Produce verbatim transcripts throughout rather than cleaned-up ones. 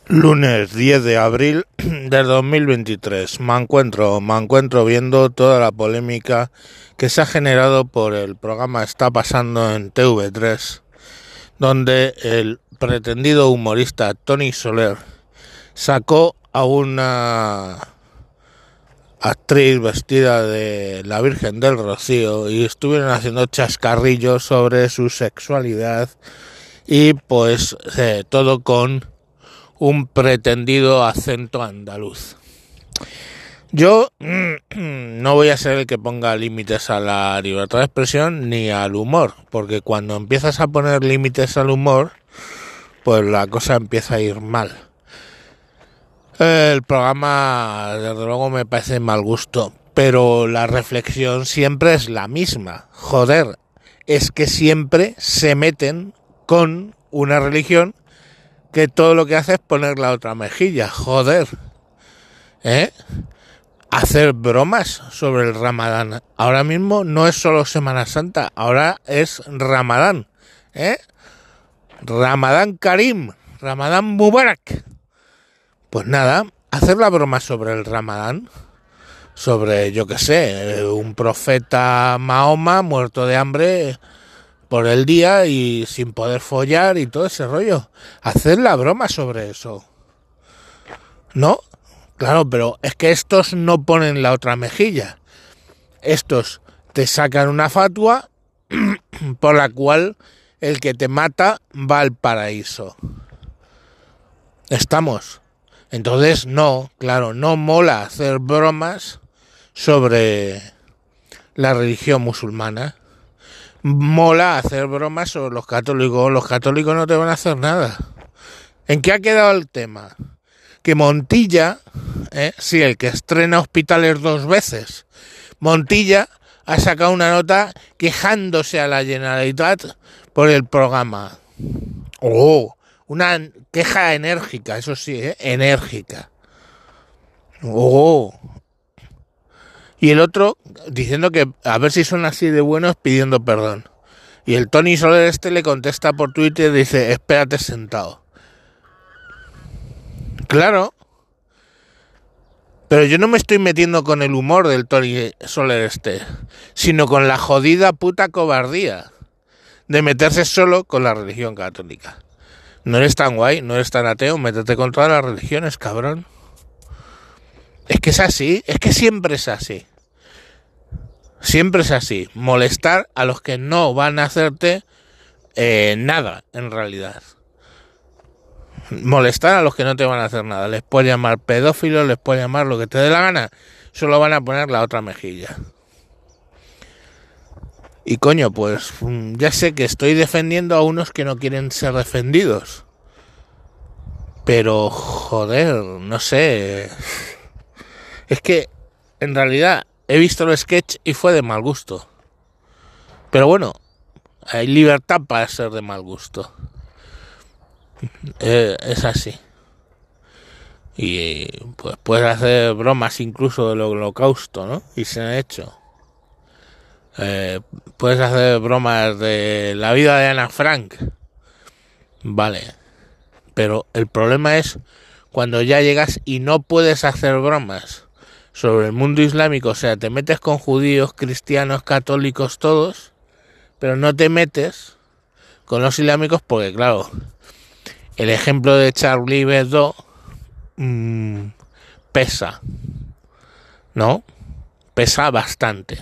Lunes diez de abril del dos mil veintitrés. Me encuentro, me encuentro viendo toda la polémica que se ha generado por el programa Está Pasando en T V tres, donde el pretendido humorista Toni Soler sacó a una actriz vestida de la Virgen del Rocío y estuvieron haciendo chascarrillos sobre su sexualidad y pues eh, todo con un pretendido acento andaluz. Yo mm, no voy a ser el que ponga límites a la libertad de expresión ni al humor, porque cuando empiezas a poner límites al humor, pues la cosa empieza a ir mal. El programa, desde luego, me parece de mal gusto, pero la reflexión siempre es la misma. Joder, es que siempre se meten con una religión que todo lo que hace es poner la otra mejilla. Joder, ¿eh? Hacer bromas sobre el Ramadán. Ahora mismo no es solo Semana Santa, ahora es Ramadán, ¿eh? Ramadán Karim, Ramadán Mubarak. Pues nada, hacer la broma sobre el Ramadán, sobre, yo qué sé, un profeta Mahoma muerto de hambre por el día y sin poder follar y todo ese rollo. Hacer la broma sobre eso, ¿no? Claro, pero es que estos no ponen la otra mejilla. Estos te sacan una fatua por la cual el que te mata va al paraíso. ¿Estamos? Entonces no, claro, no mola hacer bromas sobre la religión musulmana. Mola hacer bromas sobre los católicos. Los católicos no te van a hacer nada. ¿En qué ha quedado el tema? Que Montilla, eh, sí, el que estrena Hospitales dos veces, Montilla ha sacado una nota quejándose a la Generalitat por el programa. Oh, una queja enérgica, eso sí, ¿eh? Enérgica. Oh. Y el otro diciendo que a ver si son así de buenos pidiendo perdón. Y el Toni Soler este le contesta por Twitter y dice, espérate sentado. Claro. Pero yo no me estoy metiendo con el humor del Toni Soler este, sino con la jodida puta cobardía de meterse solo con la religión católica. No eres tan guay, no eres tan ateo, métete con todas las religiones, cabrón. Es que es así, es que siempre es así. Siempre es así. Molestar a los que no van a hacerte eh, nada, en realidad. Molestar a los que no te van a hacer nada. Les puedes llamar pedófilos, les puedes llamar lo que te dé la gana. Solo van a poner la otra mejilla. Y coño, pues ya sé que estoy defendiendo a unos que no quieren ser defendidos. Pero, joder, no sé. Es que, en realidad, he visto el sketch y fue de mal gusto. Pero bueno, hay libertad para ser de mal gusto. Eh, es así. Y pues puedes hacer bromas incluso del holocausto, ¿no? Y se han hecho. Eh, puedes hacer bromas de la vida de Ana Frank. Vale. Pero el problema es cuando ya llegas y no puedes hacer bromas sobre el mundo islámico. O sea, te metes con judíos, cristianos, católicos, todos, pero no te metes con los islámicos porque, claro, el ejemplo de Charlie Hebdo mmm, pesa, ¿no? Pesa bastante.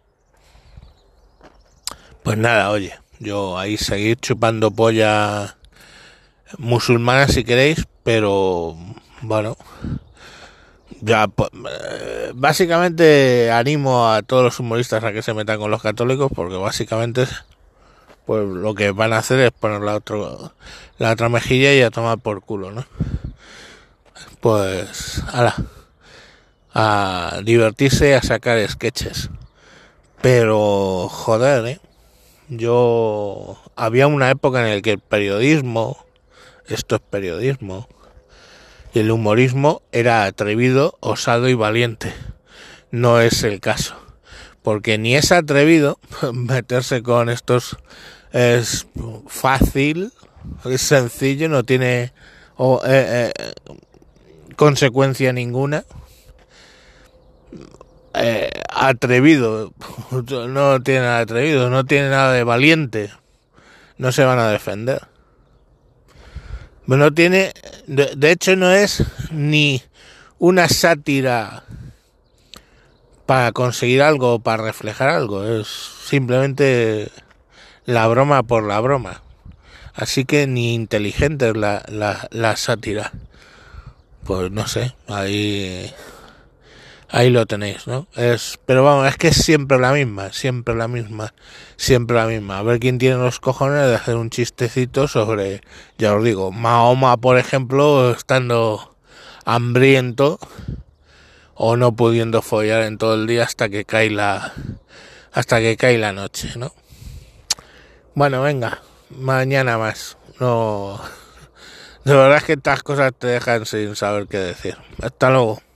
Pues nada, oye, yo ahí seguir chupando polla musulmana si queréis, pero bueno, ya básicamente animo a todos los humoristas a que se metan con los católicos porque básicamente pues lo que van a hacer es poner la, otro, la otra mejilla y a tomar por culo, ¿no? Pues ala, a divertirse y a sacar sketches. Pero joder, ¿eh? Yo había una época en la que el periodismo, esto es periodismo, y el humorismo era atrevido, osado y valiente. No es el caso, porque ni es atrevido meterse con estos, es fácil, es sencillo, no tiene o eh, eh, consecuencia ninguna. Eh, atrevido, no tiene nada de atrevido, no tiene nada de valiente, no se van a defender. No tiene, de, de hecho no es ni una sátira para conseguir algo o para reflejar algo, es simplemente la broma por la broma. Así que ni inteligente es la, la, la sátira. Pues no sé, ahí ahí lo tenéis, ¿no? Es, pero vamos, es que es siempre la misma, siempre la misma, siempre la misma. A ver quién tiene los cojones de hacer un chistecito sobre, ya os digo, Mahoma, por ejemplo, estando hambriento o no pudiendo follar en todo el día hasta que cae la hasta que cae la noche, ¿no? Bueno, venga, mañana más. No, de verdad es que estas cosas te dejan sin saber qué decir. Hasta luego.